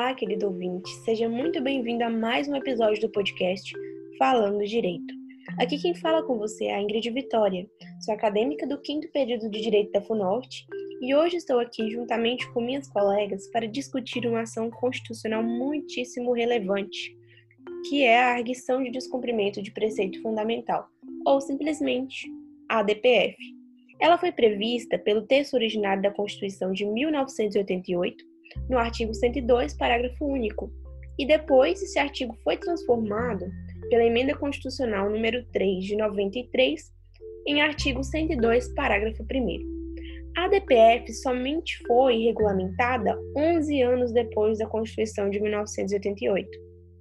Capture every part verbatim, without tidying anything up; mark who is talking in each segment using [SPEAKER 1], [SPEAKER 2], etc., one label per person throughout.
[SPEAKER 1] Olá, querido ouvinte, seja muito bem-vindo a mais um episódio do podcast Falando Direito. Aqui quem fala com você é a Ingrid Vitória, sou acadêmica do quinto período de Direito da FUNORTE e hoje estou aqui juntamente com minhas colegas para discutir uma ação constitucional muitíssimo relevante, que é a arguição de descumprimento de preceito fundamental, ou simplesmente A D P F. Ela foi prevista pelo texto originário da Constituição de mil novecentos e oitenta e oito, no artigo cento e dois, parágrafo único, e depois esse artigo foi transformado pela Emenda Constitucional número três de noventa e três em artigo cento e dois, parágrafo primeiro. A D P F somente foi regulamentada onze anos depois da Constituição de mil novecentos e oitenta e oito,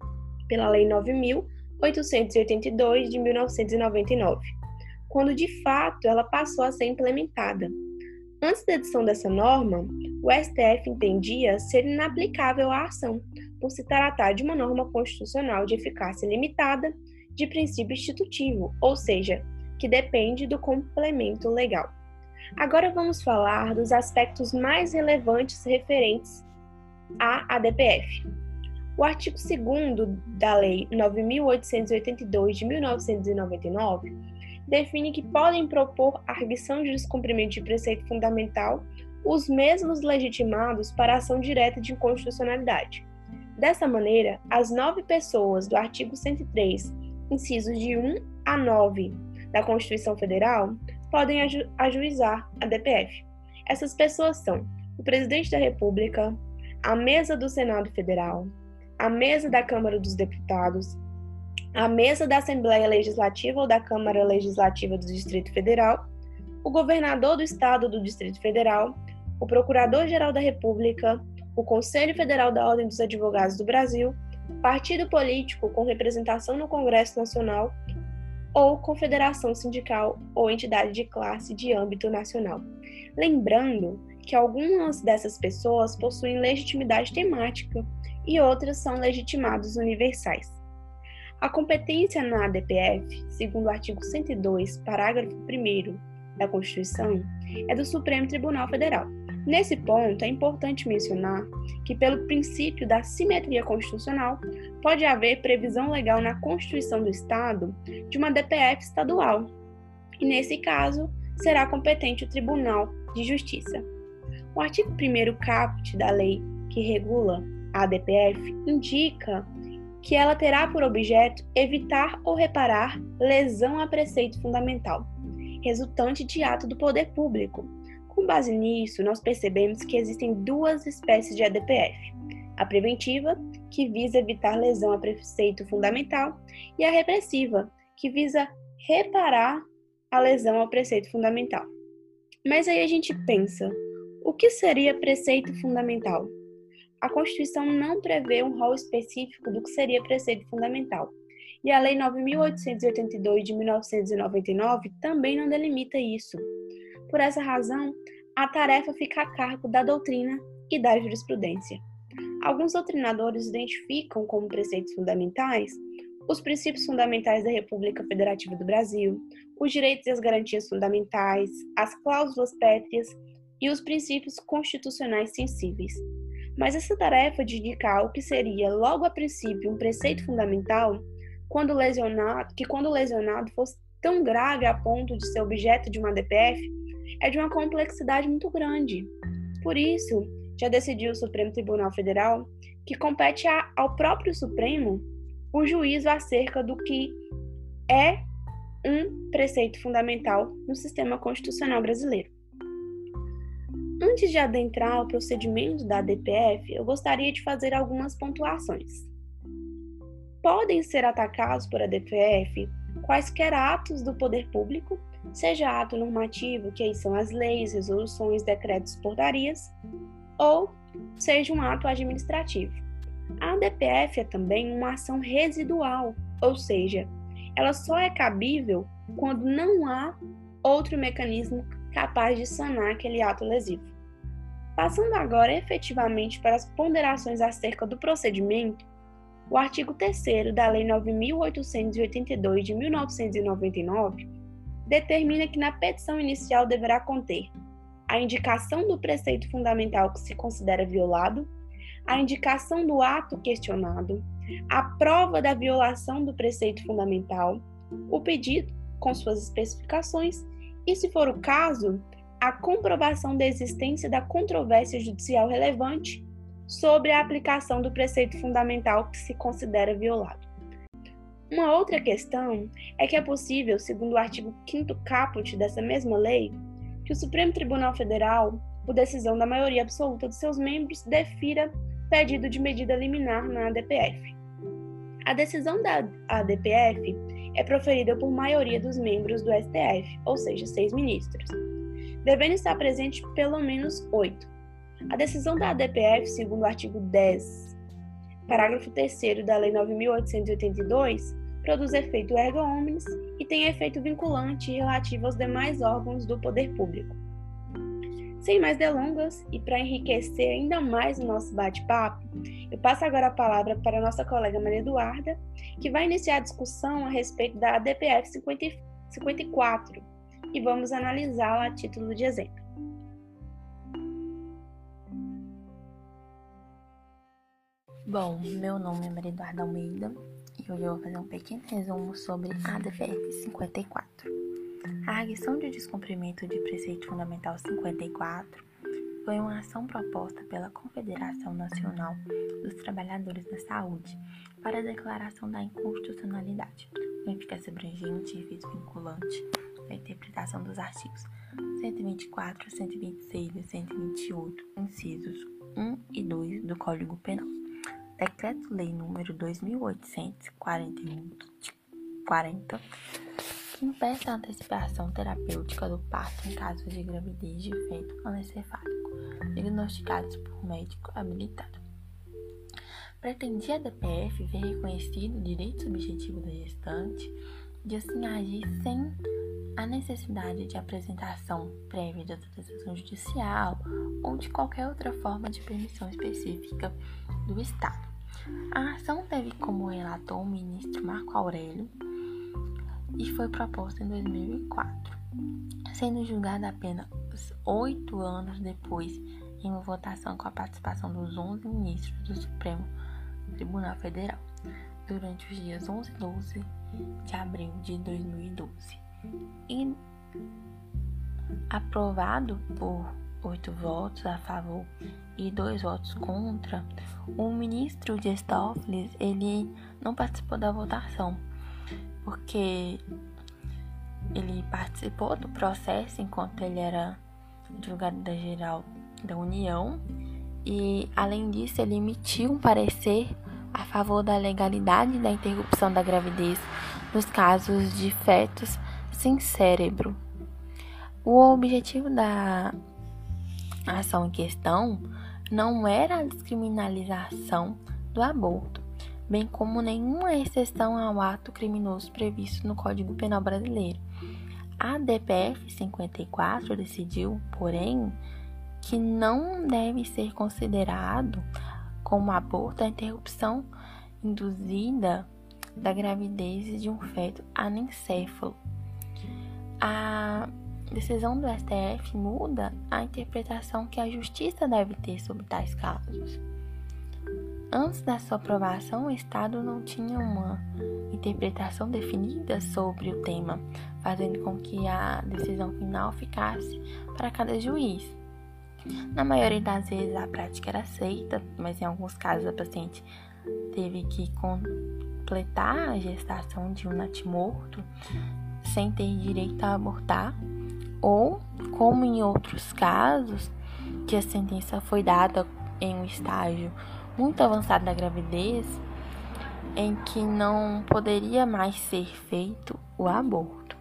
[SPEAKER 1] pela Lei nove mil oitocentos e oitenta e dois de mil novecentos e noventa e nove, quando de fato ela passou a ser implementada. Antes da edição dessa norma, o S T F entendia ser inaplicável a ação, por se tratar de uma norma constitucional de eficácia limitada de princípio institutivo, ou seja, que depende do complemento legal. Agora vamos falar dos aspectos mais relevantes referentes à A D P F. O artigo segundo da Lei nove mil oitocentos e oitenta e dois de mil novecentos e noventa e nove define que podem propor arguição de descumprimento de preceito fundamental os mesmos legitimados para ação direta de inconstitucionalidade. Dessa maneira, as nove pessoas do artigo cento e três, incisos de um a nove da Constituição Federal, podem aju- ajuizar a D P F. Essas pessoas são o Presidente da República, a Mesa do Senado Federal, a Mesa da Câmara dos Deputados, a Mesa da Assembleia Legislativa ou da Câmara Legislativa do Distrito Federal, o Governador do Estado do Distrito Federal, o Procurador-Geral da República, o Conselho Federal da Ordem dos Advogados do Brasil, partido político com representação no Congresso Nacional ou confederação sindical ou entidade de classe de âmbito nacional. Lembrando que algumas dessas pessoas possuem legitimidade temática e outras são legitimados universais. A competência na A D P F, segundo o artigo cento e dois, parágrafo primeiro da Constituição, é do Supremo Tribunal Federal. Nesse ponto, é importante mencionar que, pelo princípio da simetria constitucional, pode haver previsão legal na Constituição do Estado de uma D P F estadual, e, nesse caso, será competente o Tribunal de Justiça. O artigo primeiro caput da lei que regula a A D P F indica que ela terá por objeto evitar ou reparar lesão a preceito fundamental, resultante de ato do poder público. Com base nisso, nós percebemos que existem duas espécies de A D P F: a preventiva, que visa evitar lesão a preceito fundamental, e a repressiva, que visa reparar a lesão ao preceito fundamental. Mas aí a gente pensa, o que seria preceito fundamental? A Constituição não prevê um rol específico do que seria preceito fundamental, e a Lei nove mil oitocentos e oitenta e dois de mil novecentos e noventa e nove também não delimita isso. Por essa razão, a tarefa fica a cargo da doutrina e da jurisprudência. Alguns doutrinadores identificam como preceitos fundamentais os princípios fundamentais da República Federativa do Brasil, os direitos e as garantias fundamentais, as cláusulas pétreas e os princípios constitucionais sensíveis. Mas essa tarefa de indicar o que seria, logo a princípio, um preceito fundamental, quando lesionado, que quando lesionado fosse tão grave a ponto de ser objeto de uma D P F, é de uma complexidade muito grande. Por isso, já decidiu o Supremo Tribunal Federal que compete a, ao próprio Supremo o juízo acerca do que é um preceito fundamental no sistema constitucional brasileiro. Antes de adentrar o procedimento da D P F, eu gostaria de fazer algumas pontuações. Podem ser atacados por A D P F quaisquer atos do poder público, seja ato normativo, que aí são as leis, resoluções, decretos, portarias, ou seja um ato administrativo. A A D P F é também uma ação residual, ou seja, ela só é cabível quando não há outro mecanismo capaz de sanar aquele ato lesivo. Passando agora efetivamente para as ponderações acerca do procedimento, o artigo terceiro da Lei nove mil oitocentos e oitenta e dois de mil novecentos e noventa e nove determina que na petição inicial deverá conter a indicação do preceito fundamental que se considera violado, a indicação do ato questionado, a prova da violação do preceito fundamental, o pedido com suas especificações e, se for o caso, a comprovação da existência da controvérsia judicial relevante sobre a aplicação do preceito fundamental que se considera violado. Uma outra questão é que é possível, segundo o artigo quinto caput dessa mesma lei, que o Supremo Tribunal Federal, por decisão da maioria absoluta dos seus membros, defira pedido de medida liminar na A D P F. A decisão da A D P F é proferida por maioria dos membros do S T F, ou seja, seis ministros, devendo estar presente pelo menos oito. A decisão da A D P F, segundo o artigo dez, parágrafo terceiro da Lei nove mil oitocentos e oitenta e dois, produz efeito erga omnes e tem efeito vinculante relativo aos demais órgãos do poder público. Sem mais delongas, e para enriquecer ainda mais o nosso bate-papo, eu passo agora a palavra para a nossa colega Maria Eduarda, que vai iniciar a discussão a respeito da A D P F cinquenta e quatro, e vamos analisá-la a título de exemplo.
[SPEAKER 2] Bom, meu nome é Maria Eduarda Almeida e hoje eu vou fazer um pequeno resumo sobre a A D P F cinquenta e quatro. A arguição de descumprimento de preceito fundamental cinquenta e quatro foi uma ação proposta pela Confederação Nacional dos Trabalhadores da Saúde para a declaração da inconstitucionalidade, com eficácia abrangente e efeito vinculante da interpretação dos artigos cento e vinte e quatro, cento e vinte e seis e cento e vinte e oito, incisos um e dois do Código Penal. Decreto-Lei número dois mil oitocentos e quarenta e um, quarenta, que impeça a antecipação terapêutica do parto em caso de gravidez de feto anencefálico, diagnosticados por médico habilitado. Pretendia a A D P F ver reconhecido o direito subjetivo da gestante de assim agir sem a necessidade de apresentação prévia de autorização judicial ou de qualquer outra forma de permissão específica do Estado. A ação teve como relator o ministro Marco Aurélio e foi proposta em dois mil e quatro, sendo julgada apenas oito anos depois em uma votação com a participação dos onze ministros do Supremo Tribunal Federal, durante os dias onze e doze de abril de dois mil e doze. E aprovado por oito votos a favor e dois votos contra, o ministro Dias Toffoli, ele não participou da votação, porque ele participou do processo enquanto ele era advogado-geral da União e, além disso, ele emitiu um parecer a favor da legalidade da interrupção da gravidez nos casos de fetos sem cérebro. O objetivo da ação em questão não era a descriminalização do aborto, bem como nenhuma exceção ao ato criminoso previsto no Código Penal brasileiro. A A D P F cinquenta e quatro decidiu, porém, que não deve ser considerado como aborto a interrupção induzida da gravidez de um feto anencefalo. A decisão do S T F muda a interpretação que a Justiça deve ter sobre tais casos. Antes da sua aprovação, o Estado não tinha uma interpretação definida sobre o tema, fazendo com que a decisão final ficasse para cada juiz. Na maioria das vezes a prática era aceita, mas em alguns casos a paciente teve que completar a gestação de um natimorto sem ter direito a abortar, ou, como em outros casos, que a sentença foi dada em um estágio muito avançado da gravidez, em que não poderia mais ser feito o aborto.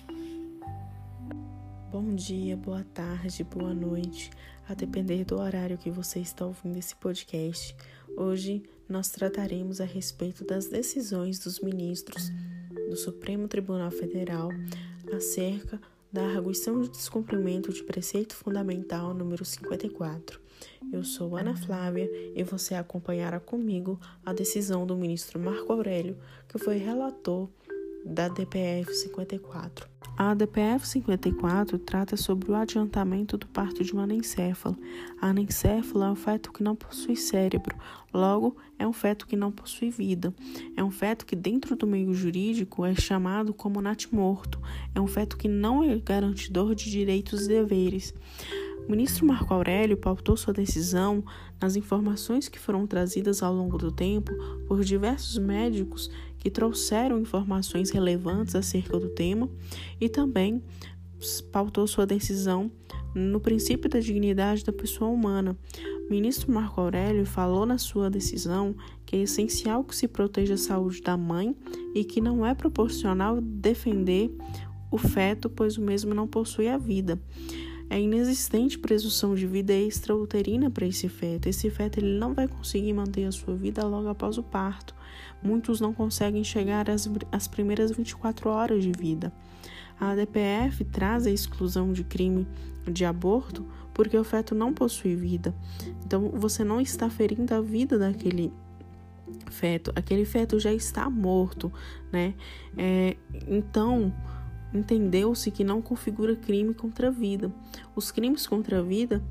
[SPEAKER 3] Bom dia, boa tarde, boa noite, a depender do horário que você está ouvindo esse podcast. Hoje nós trataremos a respeito das decisões dos ministros do Supremo Tribunal Federal acerca da arguição de descumprimento de preceito fundamental número cinquenta e quatro. Eu sou Ana Flávia e você acompanhará comigo a decisão do ministro Marco Aurélio, que foi relator da A D P F cinquenta e quatro. A A D P F cinquenta e quatro trata sobre o adiantamento do parto de uma anencéfala. A anencéfala é um feto que não possui cérebro, logo é um feto que não possui vida. É um feto que dentro do meio jurídico é chamado como natimorto. É um feto que não é garantidor de direitos e deveres. O ministro Marco Aurélio pautou sua decisão nas informações que foram trazidas ao longo do tempo por diversos médicos que trouxeram informações relevantes acerca do tema e também pautou sua decisão no princípio da dignidade da pessoa humana. O ministro Marco Aurélio falou na sua decisão que é essencial que se proteja a saúde da mãe e que não é proporcional defender o feto, pois o mesmo não possui a vida. É inexistente presunção de vida extrauterina para esse feto. Esse feto ele não vai conseguir manter a sua vida logo após o parto. Muitos não conseguem chegar às, às primeiras vinte e quatro horas de vida. A A D P F traz a exclusão de crime de aborto porque o feto não possui vida. Então, você não está ferindo a vida daquele feto. Aquele feto já está morto, né? É, então... entendeu-se que não configura crime contra a vida. Os crimes contra a vida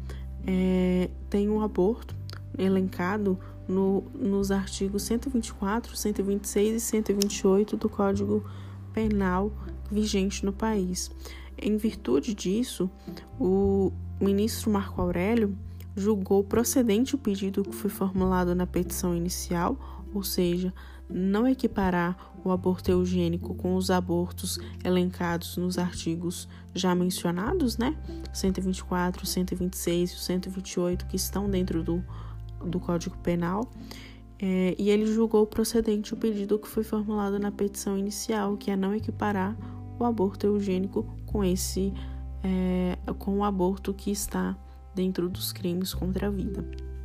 [SPEAKER 3] é, têm o aborto elencado no, nos artigos cento e vinte e quatro, cento e vinte e seis e cento e vinte e oito do Código Penal vigente no país. Em virtude disso, o ministro Marco Aurélio julgou procedente o pedido que foi formulado na petição inicial, ou seja, não equiparar o aborto eugênico com os abortos elencados nos artigos já mencionados, né? cento e vinte e quatro, cento e vinte e seis e cento e vinte e oito, que estão dentro do, do Código Penal. É, e ele julgou procedente o pedido que foi formulado na petição inicial, que é não equiparar o aborto eugênico com, esse, é, com o aborto que está dentro dos crimes contra a vida.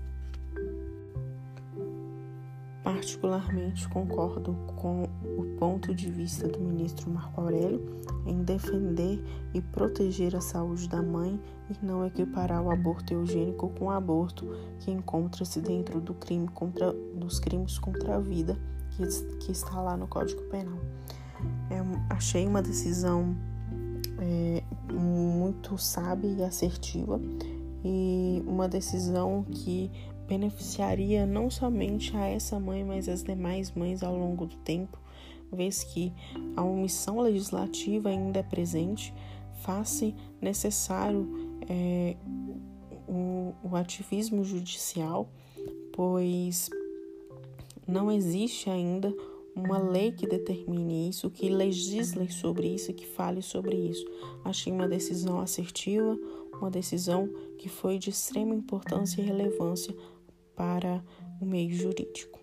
[SPEAKER 3] Particularmente concordo com o ponto de vista do ministro Marco Aurélio em defender e proteger a saúde da mãe e não equiparar o aborto eugênico com o aborto que encontra-se dentro do crime contra, dos crimes contra a vida que, que está lá no Código Penal. É, achei uma decisão é, muito sábia e assertiva e uma decisão que beneficiaria não somente a essa mãe, mas as demais mães ao longo do tempo, vez que a omissão legislativa ainda é presente, faz-se necessário é, o, o ativismo judicial, pois não existe ainda uma lei que determine isso, que legisle sobre isso, que fale sobre isso. Achei uma decisão assertiva, uma decisão que foi de extrema importância e relevância para o meio jurídico.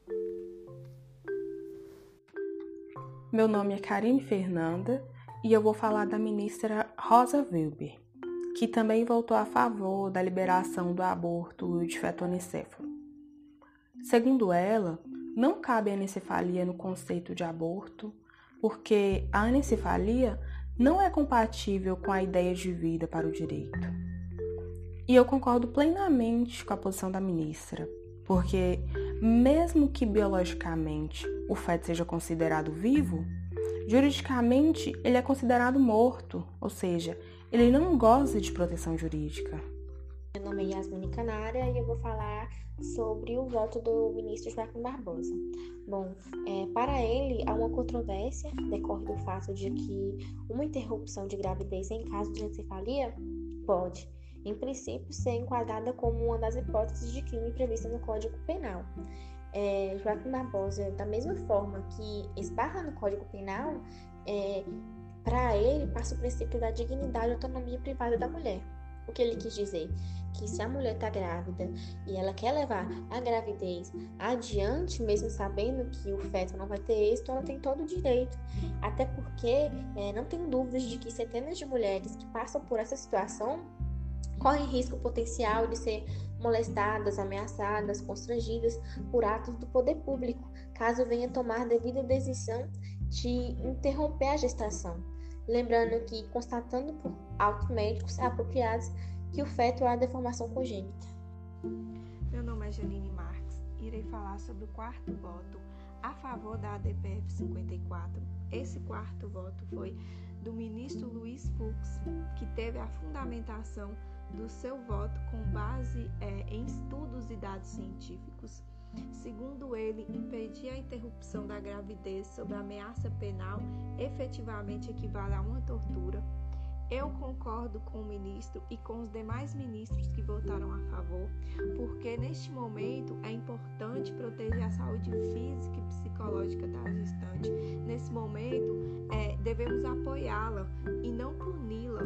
[SPEAKER 4] Meu nome é Karine Fernanda e eu vou falar da ministra Rosa Weber, que também votou a favor da liberação do aborto de feto anencefalo. Segundo ela, não cabe anencefalia no conceito de aborto, porque a anencefalia não é compatível com a ideia de vida para o direito. E eu concordo plenamente com a posição da ministra, porque mesmo que biologicamente o feto seja considerado vivo, juridicamente ele é considerado morto, ou seja, ele não goza de proteção jurídica.
[SPEAKER 5] Meu nome é Yasmine Canária e eu vou falar sobre o voto do ministro Joaquim Barbosa. Bom, é, para ele, há uma controvérsia, decorre do fato de que uma interrupção de gravidez em caso de anencefalia pode, em princípio, ser enquadrada como uma das hipóteses de crime prevista no Código Penal. É, Joaquim Barbosa, da mesma forma que esbarra no Código Penal, é, para ele passa o princípio da dignidade e autonomia privada da mulher. O que ele quis dizer? Que se a mulher está grávida e ela quer levar a gravidez adiante, mesmo sabendo que o feto não vai ter êxito, ela tem todo o direito. Até porque é, não tenho dúvidas de que centenas de mulheres que passam por essa situação correm risco potencial de ser molestadas, ameaçadas, constrangidas por atos do poder público, caso venha tomar devida decisão de interromper a gestação. Lembrando que, constatando por autos médicos apropriados que o feto é uma deformação congênita.
[SPEAKER 6] Meu nome é Janine Marques e irei falar sobre o quarto voto a favor da A D P F cinquenta e quatro, esse quarto voto foi do ministro Luiz Fux, que teve a fundamentação do seu voto com base é, em estudos e dados científicos. Segundo ele, impedir a interrupção da gravidez sob ameaça penal efetivamente equivale a uma tortura. Eu concordo com o ministro e com os demais ministros que votaram a favor, porque neste momento é importante proteger a saúde física e psicológica da gestante. Nesse momento, é, devemos apoiá-la e não puni-la.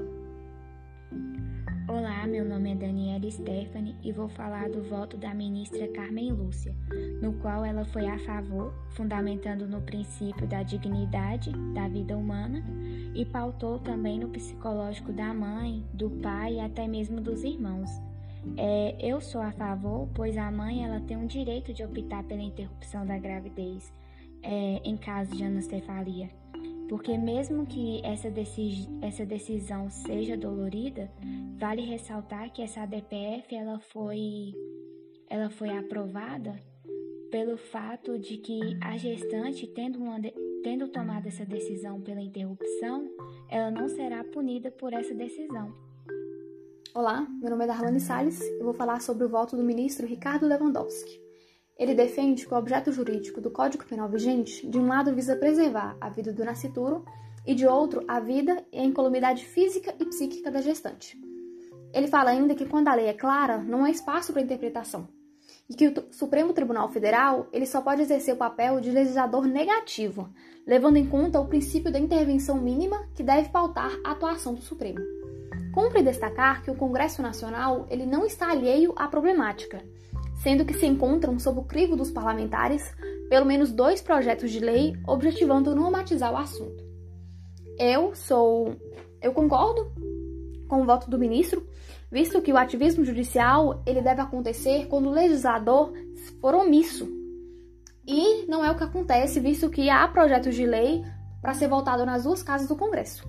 [SPEAKER 7] Olá, meu nome é Daniela Stephanie e vou falar do voto da ministra Carmen Lúcia, no qual ela foi a favor, fundamentando no princípio da dignidade da vida humana e pautou também no psicológico da mãe, do pai e até mesmo dos irmãos. É, eu sou a favor, pois a mãe ela tem o direito de optar pela interrupção da gravidez é, em caso de anencefalia. Porque mesmo que essa, decis- essa decisão seja dolorida, vale ressaltar que essa A D P F ela foi, ela foi aprovada pelo fato de que a gestante, tendo, uma de- tendo tomado essa decisão pela interrupção, ela não será punida por essa decisão.
[SPEAKER 8] Olá, meu nome é Darlane Salles e vou falar sobre o voto do ministro Ricardo Lewandowski. Ele defende que o objeto jurídico do Código Penal vigente, de um lado, visa preservar a vida do nascituro e, de outro, a vida e a incolumidade física e psíquica da gestante. Ele fala ainda que, quando a lei é clara, não há espaço para interpretação e que o Supremo Tribunal Federal ele só pode exercer o papel de legislador negativo, levando em conta o princípio da intervenção mínima que deve pautar a atuação do Supremo. Cumpre destacar que o Congresso Nacional ele não está alheio à problemática, sendo que se encontram sob o crivo dos parlamentares pelo menos dois projetos de lei objetivando normatizar o assunto. Eu sou, eu concordo com o voto do ministro, visto que o ativismo judicial ele deve acontecer quando o legislador for omisso. E não é o que acontece, visto que há projetos de lei para ser votado nas duas casas do Congresso.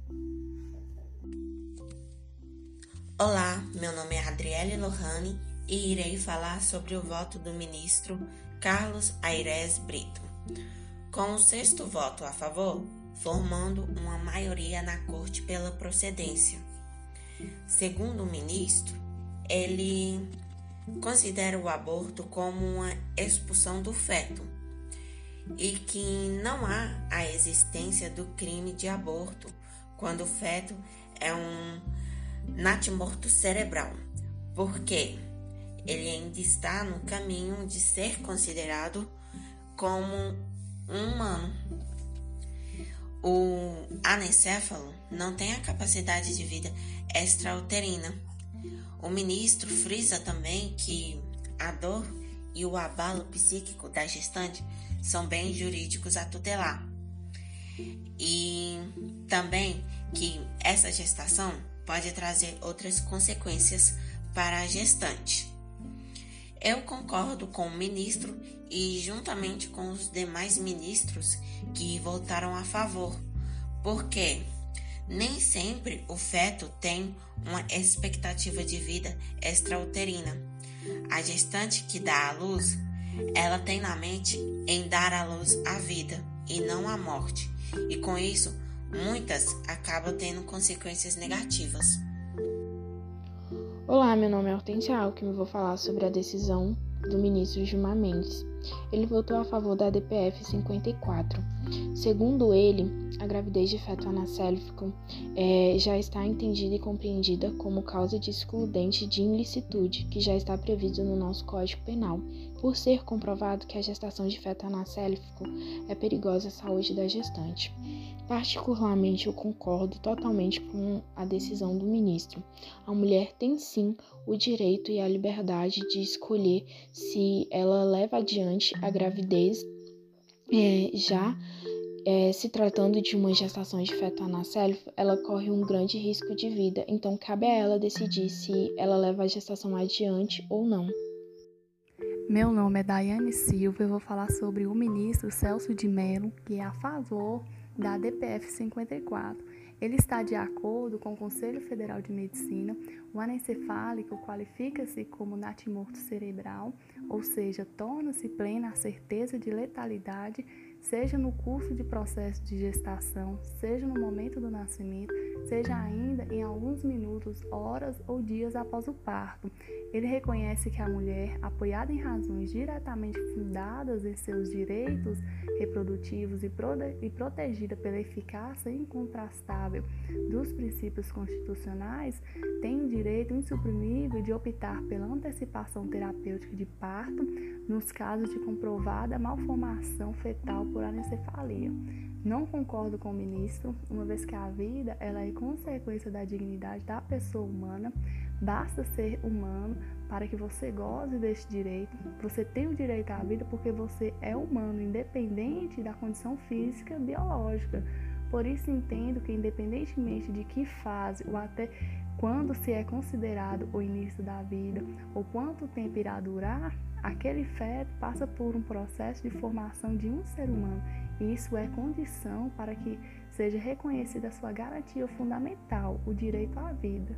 [SPEAKER 9] Olá, meu nome é Adriele Lohane e irei falar sobre o voto do ministro Carlos Aires Brito, com o sexto voto a favor, formando uma maioria na corte pela procedência. Segundo o ministro, ele considera o aborto como uma expulsão do feto e que não há a existência do crime de aborto quando o feto é um natimorto cerebral, porque ele ainda está no caminho de ser considerado como um humano. O anencéfalo não tem a capacidade de vida extrauterina. O ministro frisa também que a dor e o abalo psíquico da gestante são bens jurídicos a tutelar. E também que essa gestação pode trazer outras consequências para a gestante. Eu concordo com o ministro e juntamente com os demais ministros que votaram a favor, porque nem sempre o feto tem uma expectativa de vida extrauterina. A gestante que dá à luz, ela tem na mente em dar à luz a vida e não a morte, e com isso, muitas acabam tendo consequências negativas.
[SPEAKER 10] Olá, meu nome é Hortência Alckmin e vou falar sobre a decisão do ministro Gilmar Mendes. Ele votou a favor da A D P F cinquenta e quatro. Segundo ele, a gravidez de feto anacélfico é, já está entendida e compreendida como causa de excludente de ilicitude, que já está previsto no nosso Código Penal, por ser comprovado que a gestação de feto anacélfico é perigosa à saúde da gestante. Particularmente, eu concordo totalmente com a decisão do ministro. A mulher tem sim o direito e a liberdade de escolher se ela leva adiante a gravidez, é, já é, se tratando de uma gestação de feto anacélfico, ela corre um grande risco de vida, então cabe a ela decidir se ela leva a gestação adiante ou não.
[SPEAKER 11] Meu nome é Daiane Silva e eu vou falar sobre o ministro Celso de Mello, que é a favor da A D P F cinquenta e quatro. Ele está de acordo com o Conselho Federal de Medicina. O anencefálico qualifica-se como natimorto cerebral, ou seja, torna-se plena a certeza de letalidade seja no curso de processo de gestação, seja no momento do nascimento, seja ainda em alguns minutos, horas ou dias após o parto. Ele reconhece que a mulher, apoiada em razões diretamente fundadas em seus direitos reprodutivos e, prote- e protegida pela eficácia incontrastável dos princípios constitucionais, tem o direito insuprimível de optar pela antecipação terapêutica de parto nos casos de comprovada malformação fetal por anencefalia. Não concordo com o ministro, uma vez que a vida ela é consequência da dignidade da pessoa humana. Basta ser humano para que você goze deste direito. Você tem o direito à vida porque você é humano, independente da condição física biológica. Por isso entendo que, independentemente de que fase ou até quando se é considerado o início da vida ou quanto tempo irá durar, aquele feto passa por um processo de formação de um ser humano. E isso é condição para que seja reconhecida a sua garantia fundamental, o direito à vida.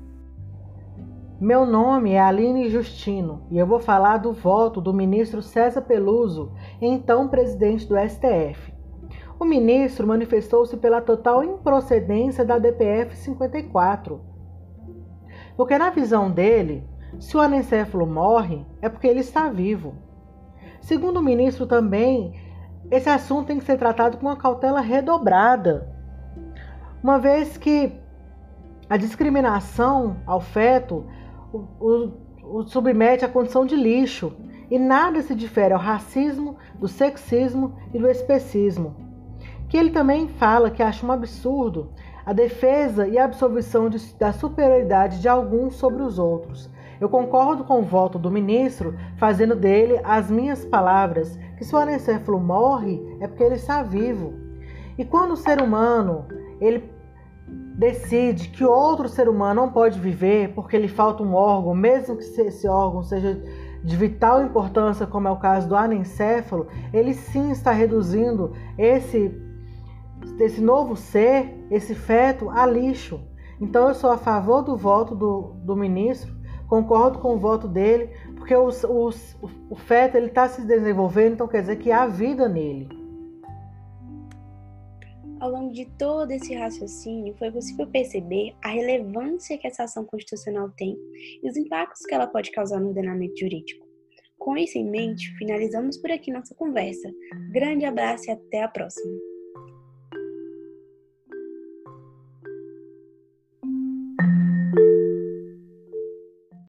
[SPEAKER 12] Meu nome é Aline Justino e eu vou falar do voto do ministro César Peluso, então presidente do S T F. O ministro manifestou-se pela total improcedência da D P F cinquenta e quatro. Porque na visão dele, se o anencéfalo morre, é porque ele está vivo. Segundo o ministro também, esse assunto tem que ser tratado com uma cautela redobrada, uma vez que a discriminação ao feto o, o, o submete à condição de lixo e nada se difere ao racismo, do sexismo e do especismo. Que ele também fala que acha um absurdo a defesa e a absolvição de, da superioridade de alguns sobre os outros. Eu concordo com o voto do ministro, fazendo dele as minhas palavras, que se o anencéfalo morre é porque ele está vivo. E quando o ser humano ele decide que outro ser humano não pode viver porque lhe falta um órgão, mesmo que esse órgão seja de vital importância, como é o caso do anencéfalo, ele sim está reduzindo esse, esse novo ser, esse feto, a lixo. Então eu sou a favor do voto do, do ministro, concordo com o voto dele, porque os, os, o feto está se desenvolvendo, então quer dizer que há vida nele.
[SPEAKER 1] Ao longo de todo esse raciocínio, foi possível perceber a relevância que essa ação constitucional tem e os impactos que ela pode causar no ordenamento jurídico. Com isso em mente, finalizamos por aqui nossa conversa. Grande abraço e até a próxima!